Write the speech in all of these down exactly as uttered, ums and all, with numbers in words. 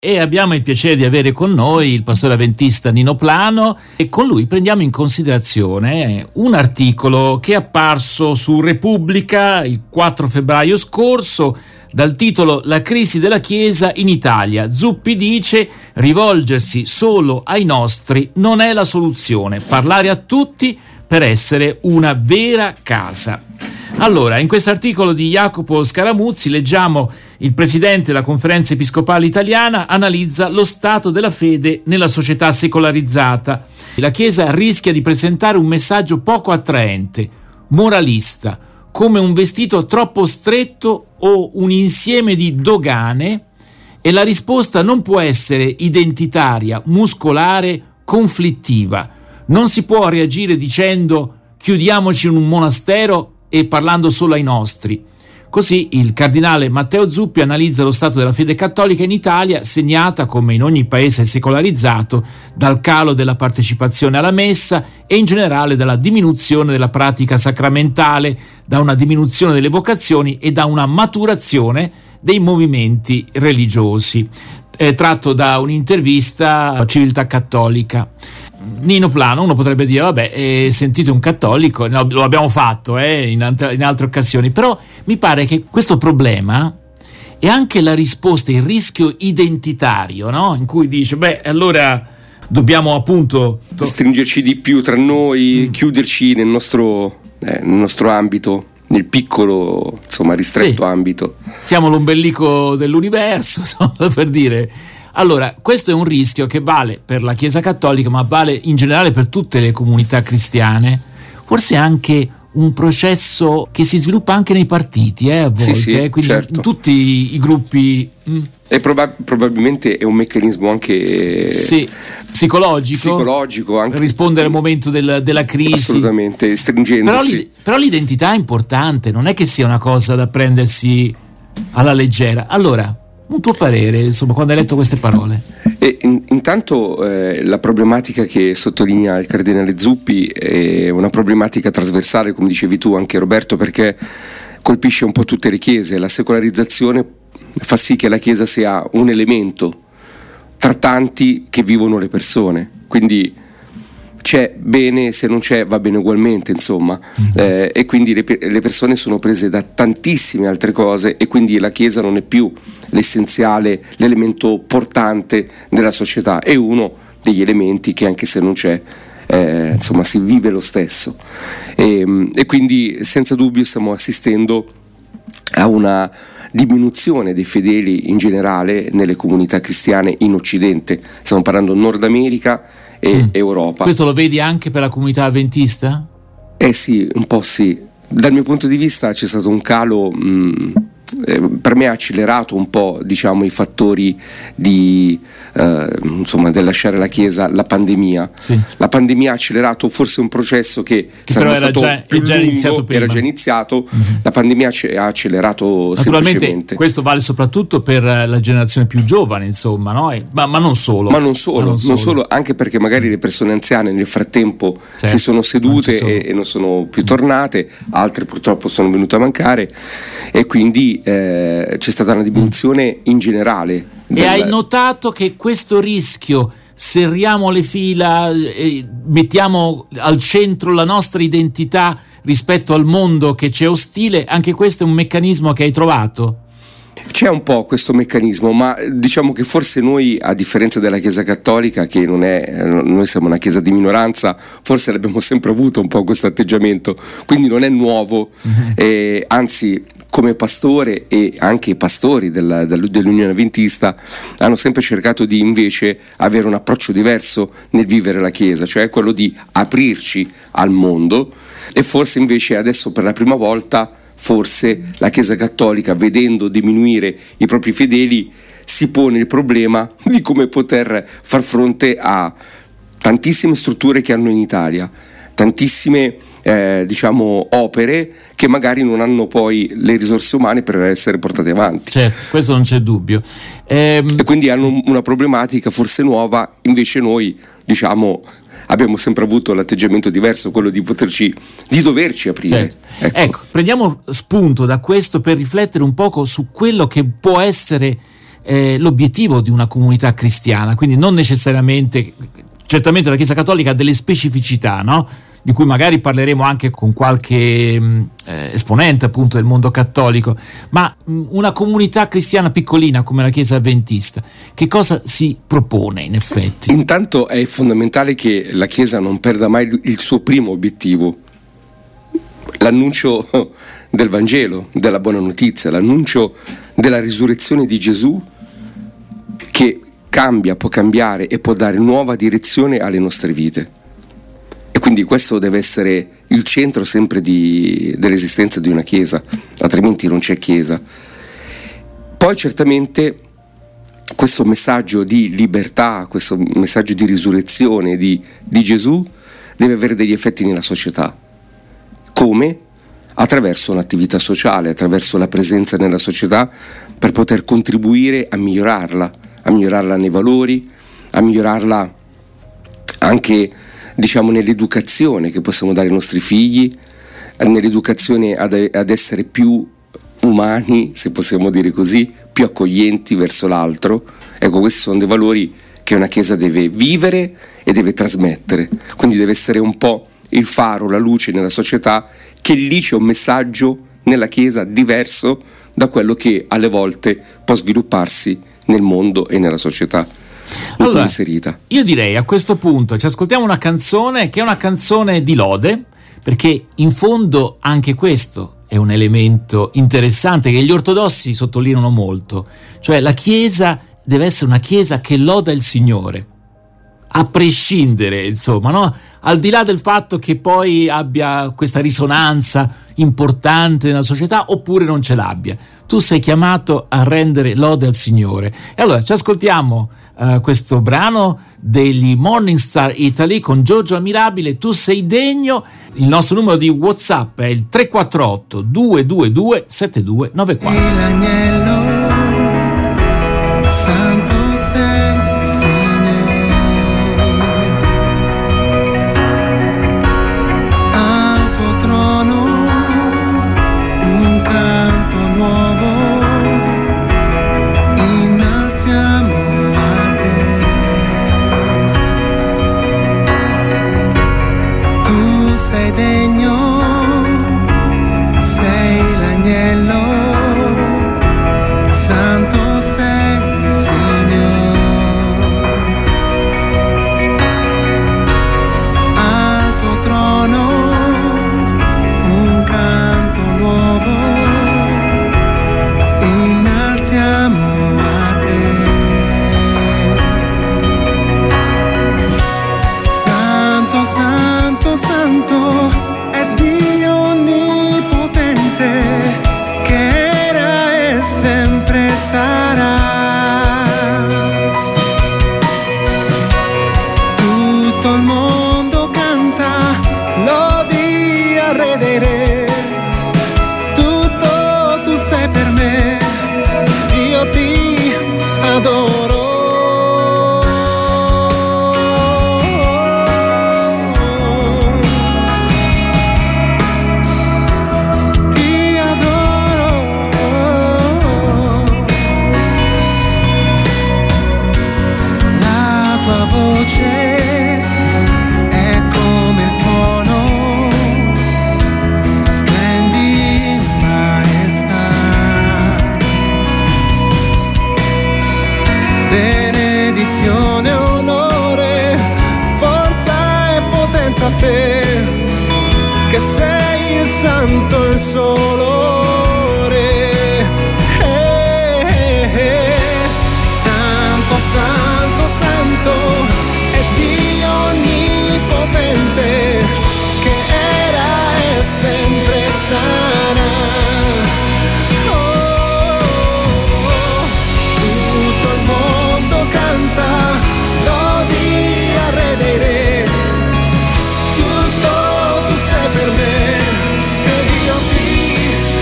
E abbiamo il piacere di avere con noi il pastore avventista Nino Plano e con lui prendiamo in considerazione un articolo che è apparso su Repubblica il quattro febbraio scorso dal titolo La crisi della Chiesa in Italia. Zuppi dice: rivolgersi solo ai nostri non è la soluzione, parlare a tutti per essere una vera casa. Allora, in questo articolo di Jacopo Scaramuzzi leggiamo: il presidente della Conferenza Episcopale Italiana analizza lo stato della fede nella società secolarizzata. La Chiesa rischia di presentare un messaggio poco attraente, moralista, come un vestito troppo stretto o un insieme di dogane, e la risposta non può essere identitaria, muscolare, conflittiva. Non si può reagire dicendo chiudiamoci in un monastero e parlando solo ai nostri. Così il cardinale Matteo Zuppi analizza lo stato della fede cattolica in Italia, segnata, come in ogni paese secolarizzato, dal calo della partecipazione alla messa e in generale dalla diminuzione della pratica sacramentale, da una diminuzione delle vocazioni e da una maturazione dei movimenti religiosi. È tratto da un'intervista a Civiltà Cattolica. Nino Plano, uno potrebbe dire vabbè, eh, sentite un cattolico, no, lo abbiamo fatto eh, in, altre, in altre occasioni, però mi pare che questo problema è anche la risposta, il rischio identitario, no? In cui dice beh, allora dobbiamo appunto to- stringerci di più tra noi, mm. chiuderci nel nostro, eh, nel nostro ambito, nel piccolo, insomma, ristretto sì. ambito. Siamo l'ombelico dell'universo, insomma, per dire. Allora, questo è un rischio che vale per la Chiesa Cattolica, ma vale in generale per tutte le comunità cristiane. Forse anche un processo che si sviluppa anche nei partiti, eh, a volte, sì, sì, eh, quindi certo. in tutti i gruppi. Mm. E proba- probabilmente è un meccanismo anche sì, psicologico, psicologico anche rispondere al momento del, della crisi. Assolutamente, stringendosi. Però, li- però l'identità è importante, non è che sia una cosa da prendersi alla leggera. Allora, un tuo parere, insomma, quando hai letto queste parole? E in, intanto eh, la problematica che sottolinea il cardinale Zuppi è una problematica trasversale, come dicevi tu anche Roberto, perché colpisce un po' tutte le chiese. La secolarizzazione fa sì che la Chiesa sia un elemento tra tanti che vivono le persone, quindi c'è bene, se non c'è va bene ugualmente, insomma, eh, e quindi le, le persone sono prese da tantissime altre cose e quindi la Chiesa non è più l'essenziale, l'elemento portante della società, è uno degli elementi che anche se non c'è eh, insomma si vive lo stesso e, e quindi senza dubbio stiamo assistendo a una diminuzione dei fedeli in generale nelle comunità cristiane in Occidente. Stiamo parlando Nord America e mm. Europa. Questo lo vedi anche per la comunità avventista? Eh sì, un po' sì. Dal mio punto di vista c'è stato un calo, mh, eh, per me ha accelerato un po', diciamo, i fattori di eh, insomma del lasciare la Chiesa, la pandemia. Sì. La pandemia ha accelerato forse un processo che, che sarebbe stato già, più già lungo, iniziato prima. Era già iniziato, mm-hmm. La pandemia ha accelerato naturalmente semplicemente. Questo vale soprattutto per la generazione più giovane, insomma, no? Ma, ma non solo. Ma non solo, ma non, non solo. solo, anche perché magari le persone anziane nel frattempo certo, si sono sedute non e, e non sono più tornate, altre purtroppo sono venute a mancare e quindi eh, c'è stata una diminuzione in generale. E del... hai notato che questo rischio, serriamo le fila, eh, mettiamo al centro la nostra identità rispetto al mondo che ci è ostile, anche questo è un meccanismo che hai trovato? C'è un po' questo meccanismo, ma diciamo che forse noi, a differenza della Chiesa Cattolica, che non è, noi siamo una Chiesa di minoranza, forse l'abbiamo sempre avuto un po' questo atteggiamento, quindi non è nuovo, mm-hmm. eh, anzi come pastore e anche i pastori della, dell'Unione Avventista hanno sempre cercato di invece avere un approccio diverso nel vivere la Chiesa, cioè quello di aprirci al mondo, e forse invece adesso per la prima volta forse la Chiesa Cattolica, vedendo diminuire i propri fedeli, si pone il problema di come poter far fronte a tantissime strutture che hanno in Italia, tantissime eh, diciamo opere che magari non hanno poi le risorse umane per essere portate avanti. Certo, questo non c'è dubbio. Ehm... E quindi hanno una problematica forse nuova, invece noi diciamo abbiamo sempre avuto l'atteggiamento diverso, quello di poterci, di doverci aprire. Certo. Ecco. ecco, prendiamo spunto da questo per riflettere un poco su quello che può essere eh, l'obiettivo di una comunità cristiana, quindi non necessariamente, certamente la Chiesa Cattolica ha delle specificità, no? Di cui magari parleremo anche con qualche eh, esponente appunto del mondo cattolico, ma mh, una comunità cristiana piccolina come la Chiesa Adventista, che cosa si propone in effetti? Intanto è fondamentale che la Chiesa non perda mai il suo primo obiettivo, l'annuncio del Vangelo, della buona notizia, l'annuncio della risurrezione di Gesù, che cambia, può cambiare e può dare nuova direzione alle nostre vite. E quindi questo deve essere il centro sempre di, dell'esistenza di una Chiesa, altrimenti non c'è Chiesa. Poi certamente questo messaggio di libertà, questo messaggio di risurrezione di, di Gesù deve avere degli effetti nella società. Come? Attraverso un'attività sociale, attraverso la presenza nella società, per poter contribuire a migliorarla, a migliorarla nei valori, a migliorarla anche, diciamo, nell'educazione che possiamo dare ai nostri figli, nell'educazione ad, ad essere più umani, se possiamo dire così, più accoglienti verso l'altro. Ecco, questi sono dei valori che una Chiesa deve vivere e deve trasmettere, quindi deve essere un po' il faro, la luce nella società, che lì c'è un messaggio nella Chiesa diverso da quello che alle volte può svilupparsi nel mondo e nella società. Allora, inserita. Io direi a questo punto ci ascoltiamo una canzone che è una canzone di lode, perché in fondo anche questo è un elemento interessante che gli ortodossi sottolineano molto, cioè la Chiesa deve essere una Chiesa che loda il Signore, a prescindere, insomma, no? Al di là del fatto che poi abbia questa risonanza importante nella società oppure non ce l'abbia, tu sei chiamato a rendere lode al Signore. E allora ci ascoltiamo uh, questo brano degli Morning Star Italy con Giorgio Ammirabile, Tu sei degno. Il nostro numero di WhatsApp è il tre quattro otto due due due sette due nove quattro. E l'agnello santo sei, Signore, al tuo trono un canto nuovo innalziamo a te. Tu sei degno, sei l'agnello santo sei, Signore, al tuo trono un canto nuovo innalziamo a te. Santo, santo, santo è Dio onnipotente, che era e sempre sarà. Tutto il mondo canta, lodi a Re dei Re. Tutto tu sei per me, io ti adoro. Ti adoro. La tua voce è come il tuono, splendi in maestà. Benedizione, onore, forza e potenza a te, che sei il santo, il solo Re. Eh, eh, eh. Santo, santo, santo è Dio onnipotente, che era e sempre sarà. Oh, oh, oh. Tutto il mondo canta, lodi a Re dei Re. Tutto tu sei per me ed io ti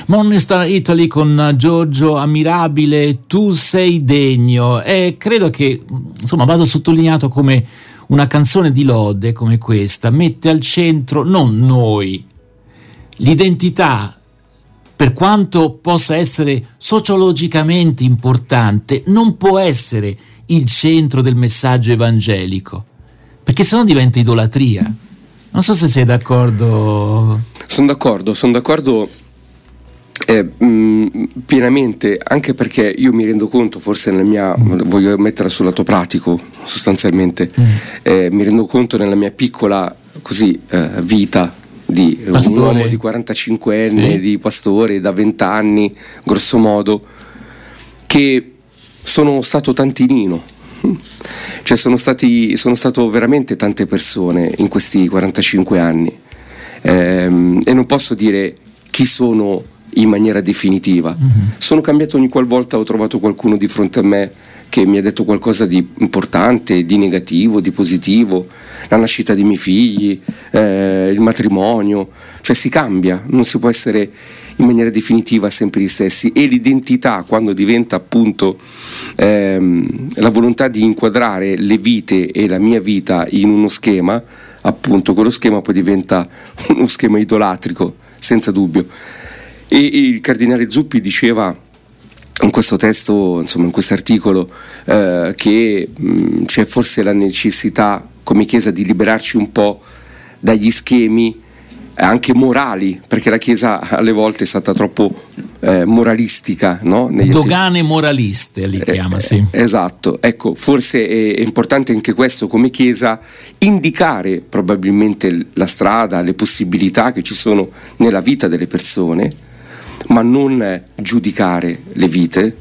Monster Italy con Giorgio Ammirabile, Tu sei degno, e credo che insomma vada sottolineato come una canzone di lode come questa mette al centro non noi, l'identità, per quanto possa essere sociologicamente importante, non può essere il centro del messaggio evangelico, perché sennò diventa idolatria. Non so se sei d'accordo. Sono d'accordo, sono d'accordo eh, mh, pienamente, anche perché io mi rendo conto, forse nella mia, voglio metterla sul lato pratico sostanzialmente, mm. eh, mi rendo conto nella mia piccola così eh, vita di pastore. Un uomo di quarantacinquenne, sì. di pastore da vent'anni, grosso modo, che sono stato tantinino. Cioè sono stati sono stato veramente tante persone in questi quarantacinque anni, ehm, e non posso dire chi sono in maniera definitiva. Mm-hmm. Sono cambiato ogni qualvolta ho trovato qualcuno di fronte a me che mi ha detto qualcosa di importante, di negativo, di positivo, la nascita dei miei figli, eh, il matrimonio, cioè si cambia, non si può essere in maniera definitiva sempre gli stessi, e l'identità, quando diventa appunto ehm, la volontà di inquadrare le vite e la mia vita in uno schema, appunto quello schema poi diventa uno schema idolatrico, senza dubbio. E, e il cardinale Zuppi diceva in questo testo, insomma in questo articolo, eh, che mh, c'è forse la necessità come Chiesa di liberarci un po' dagli schemi anche morali, perché la Chiesa alle volte è stata troppo eh, moralistica, no? Negli dogane atti... moraliste li chiama, eh, sì. Eh, esatto, ecco, forse è, è importante anche questo come Chiesa, indicare probabilmente la strada, le possibilità che ci sono nella vita delle persone, ma non giudicare le vite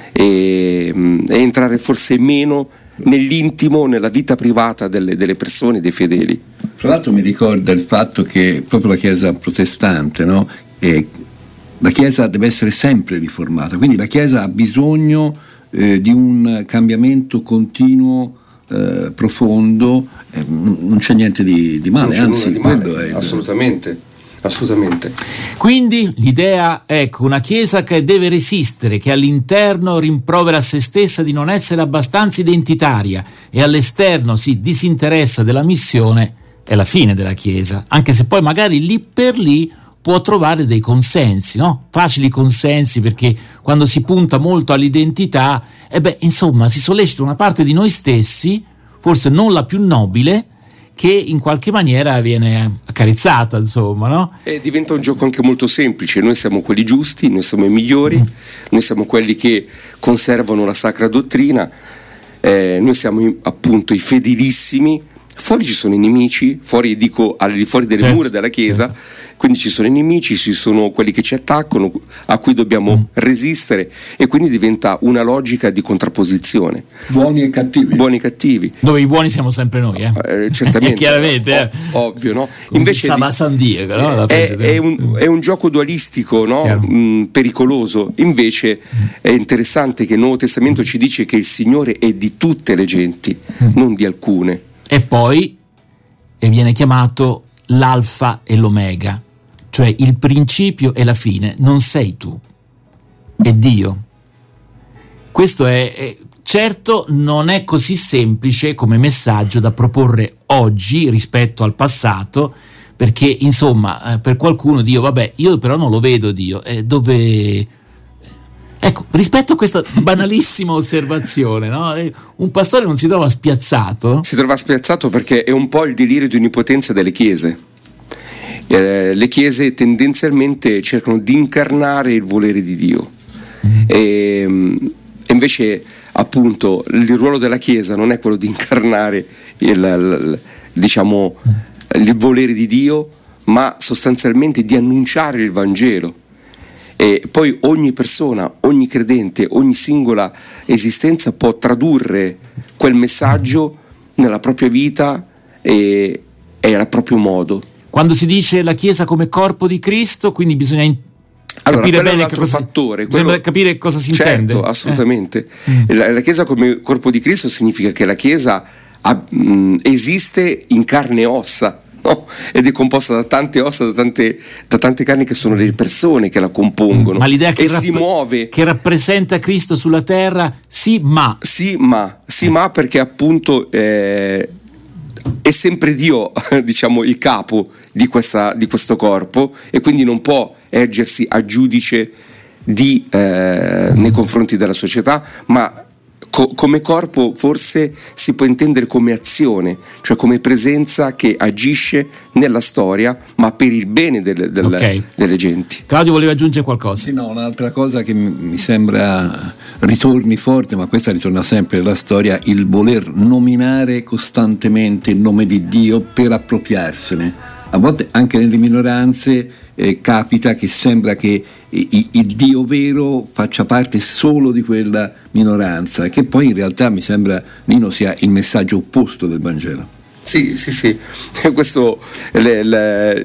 e, e entrare forse meno nell'intimo, nella vita privata delle, delle persone, dei fedeli. Tra l'altro mi ricorda il fatto che proprio la Chiesa protestante, no? E la Chiesa deve essere sempre riformata, quindi la Chiesa ha bisogno eh, di un cambiamento continuo, eh, profondo, eh, non c'è niente di, di male, non anzi di male, è il... assolutamente. Assolutamente. Quindi l'idea, ecco, una Chiesa che deve resistere, che all'interno rimprovera a se stessa di non essere abbastanza identitaria e all'esterno si disinteressa della missione, è la fine della Chiesa, anche se poi magari lì per lì può trovare dei consensi, no? Facili consensi, perché quando si punta molto all'identità, e beh, insomma, si sollecita una parte di noi stessi, forse non la più nobile, che in qualche maniera viene accarezzata, insomma, no? E diventa un gioco anche molto semplice. Noi siamo quelli giusti, noi siamo i migliori, mm. noi siamo quelli che conservano la sacra dottrina, eh, noi siamo appunto i fedelissimi. Fuori ci sono i nemici, fuori dico al di fuori delle certo, mura della Chiesa, certo. Quindi ci sono i nemici, ci sono quelli che ci attaccano, a cui dobbiamo mm. resistere, e quindi diventa una logica di contrapposizione. Buoni e cattivi. Buoni e cattivi. Dove i buoni siamo sempre noi, eh? eh certamente. Chiaramente, eh. Ov- ovvio, no? Invece di, San Diego, no? è, è, un, è un gioco dualistico, no? Mm, pericoloso. Invece mm. è interessante che il Nuovo Testamento ci dice che il Signore è di tutte le genti, mm. non di alcune. E poi e viene chiamato l'alfa e l'omega, cioè il principio e la fine. Non sei tu, è Dio. Questo è, è certo non è così semplice come messaggio da proporre oggi rispetto al passato, perché insomma per qualcuno Dio, vabbè, io però non lo vedo Dio, eh, dove... Ecco, rispetto a questa banalissima osservazione, no? Un pastore non si trova spiazzato? Si trova spiazzato perché è un po' il delirio di onnipotenza delle chiese. Eh, le chiese tendenzialmente cercano di incarnare il volere di Dio. Mm. E, e invece, appunto, il ruolo della Chiesa non è quello di incarnare il, il, diciamo, il volere di Dio, ma sostanzialmente di annunciare il Vangelo. E poi ogni persona, ogni credente, ogni singola esistenza può tradurre quel messaggio nella propria vita e, e al proprio modo. Quando si dice la Chiesa come corpo di Cristo, quindi bisogna in- allora, capire bene è un altro cosa, fattore. Bisogna quello, capire cosa si certo, intende. Certo, assolutamente. Eh. La, la Chiesa come corpo di Cristo significa che la Chiesa ha, mh, esiste in carne e ossa, no? Ed è composta da tante ossa, da tante, da tante carni che sono le persone che la compongono. Ma l'idea che e rapp- si muove, che rappresenta Cristo sulla terra, sì, ma sì, ma sì, ma perché appunto eh, è sempre Dio, diciamo, il capo di, questa, di questo corpo, e quindi non può ergersi a giudice di, eh, nei confronti della società, ma co- come corpo forse si può intendere come azione, cioè come presenza che agisce nella storia, ma per il bene delle, delle, Okay. delle genti. Claudio voleva aggiungere qualcosa. Sì, no, un'altra cosa che mi sembra ritorni forte, ma questa ritorna sempre nella storia, il voler nominare costantemente il nome di Dio per appropriarsene. A volte anche nelle minoranze eh, capita che sembra che il, il Dio vero faccia parte solo di quella minoranza, che poi in realtà mi sembra, Nino, sia il messaggio opposto del Vangelo. Sì, sì, sì, questo le, le,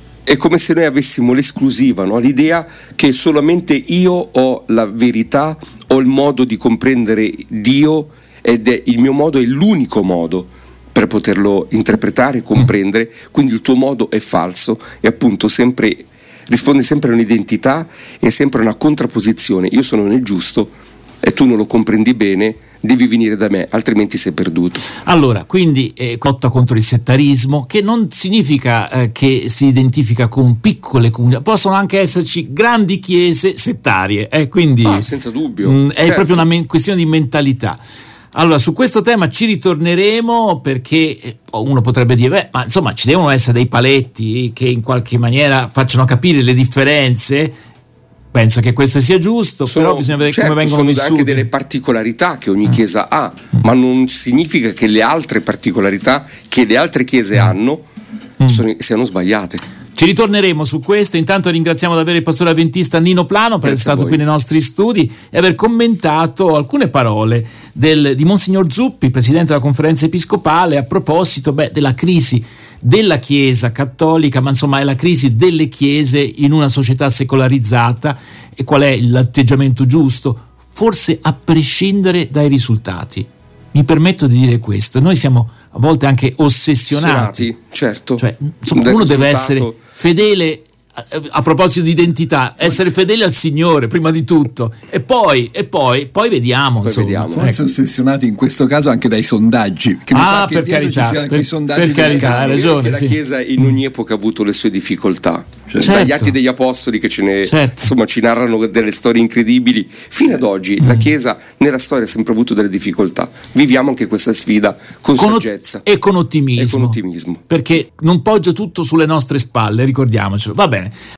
è come se noi avessimo l'esclusiva, no? L'idea che solamente io ho la verità, ho il modo di comprendere Dio, ed è il mio modo, è l'unico modo per poterlo interpretare e comprendere, quindi il tuo modo è falso, e appunto sempre risponde sempre a un'identità e sempre a una contrapposizione. Io sono nel giusto e tu non lo comprendi bene, devi venire da me, altrimenti sei perduto. Allora, quindi eh, lotta contro il settarismo, che non significa eh, che si identifica con piccole comunità, possono anche esserci grandi chiese settarie, eh, quindi Ah, senza dubbio. mh, è Certo. proprio una men- questione di mentalità. Allora, su questo tema ci ritorneremo, perché eh, uno potrebbe dire, beh, ma insomma ci devono essere dei paletti che in qualche maniera facciano capire le differenze. Penso che questo sia giusto, Sono, però bisogna vedere certo, come vengono sono vissuti. anche delle particolarità che ogni chiesa ha, ma non significa che le altre particolarità che le altre chiese hanno sono, siano sbagliate. Ci ritorneremo su questo. Intanto ringraziamo davvero il pastore avventista Nino Plano per essere Grazie a stato voi. qui nei nostri studi e aver commentato alcune parole del, di Monsignor Zuppi, presidente della conferenza episcopale, a proposito beh, della crisi della Chiesa cattolica, ma insomma è la crisi delle chiese in una società secolarizzata, e qual è l'atteggiamento giusto, forse a prescindere dai risultati. Mi permetto di dire questo, noi siamo a volte anche ossessionati. Serati, certo. Cioè, insomma, Del uno deve risultato. essere fedele, a, a proposito di identità, essere fedele al Signore prima di tutto, e poi, e poi, poi vediamo. Poi insomma. vediamo. Forse Ecco. ossessionati in questo caso anche dai sondaggi, che mi Ah, sa che per dietro carità, ci siano anche per- i sondaggi per delle carità, case. hai È vero ragione, che la sì. Chiesa in ogni epoca ha avuto le sue difficoltà, Certo. dagli Atti degli Apostoli che ce ne, Certo. insomma, ci narrano delle storie incredibili, fino ad oggi la Chiesa nella storia ha sempre avuto delle difficoltà. Viviamo anche questa sfida con, Con ot- saggezza e con ottimismo, e con ottimismo. perché non poggia tutto sulle nostre spalle, ricordiamocelo. Va bene.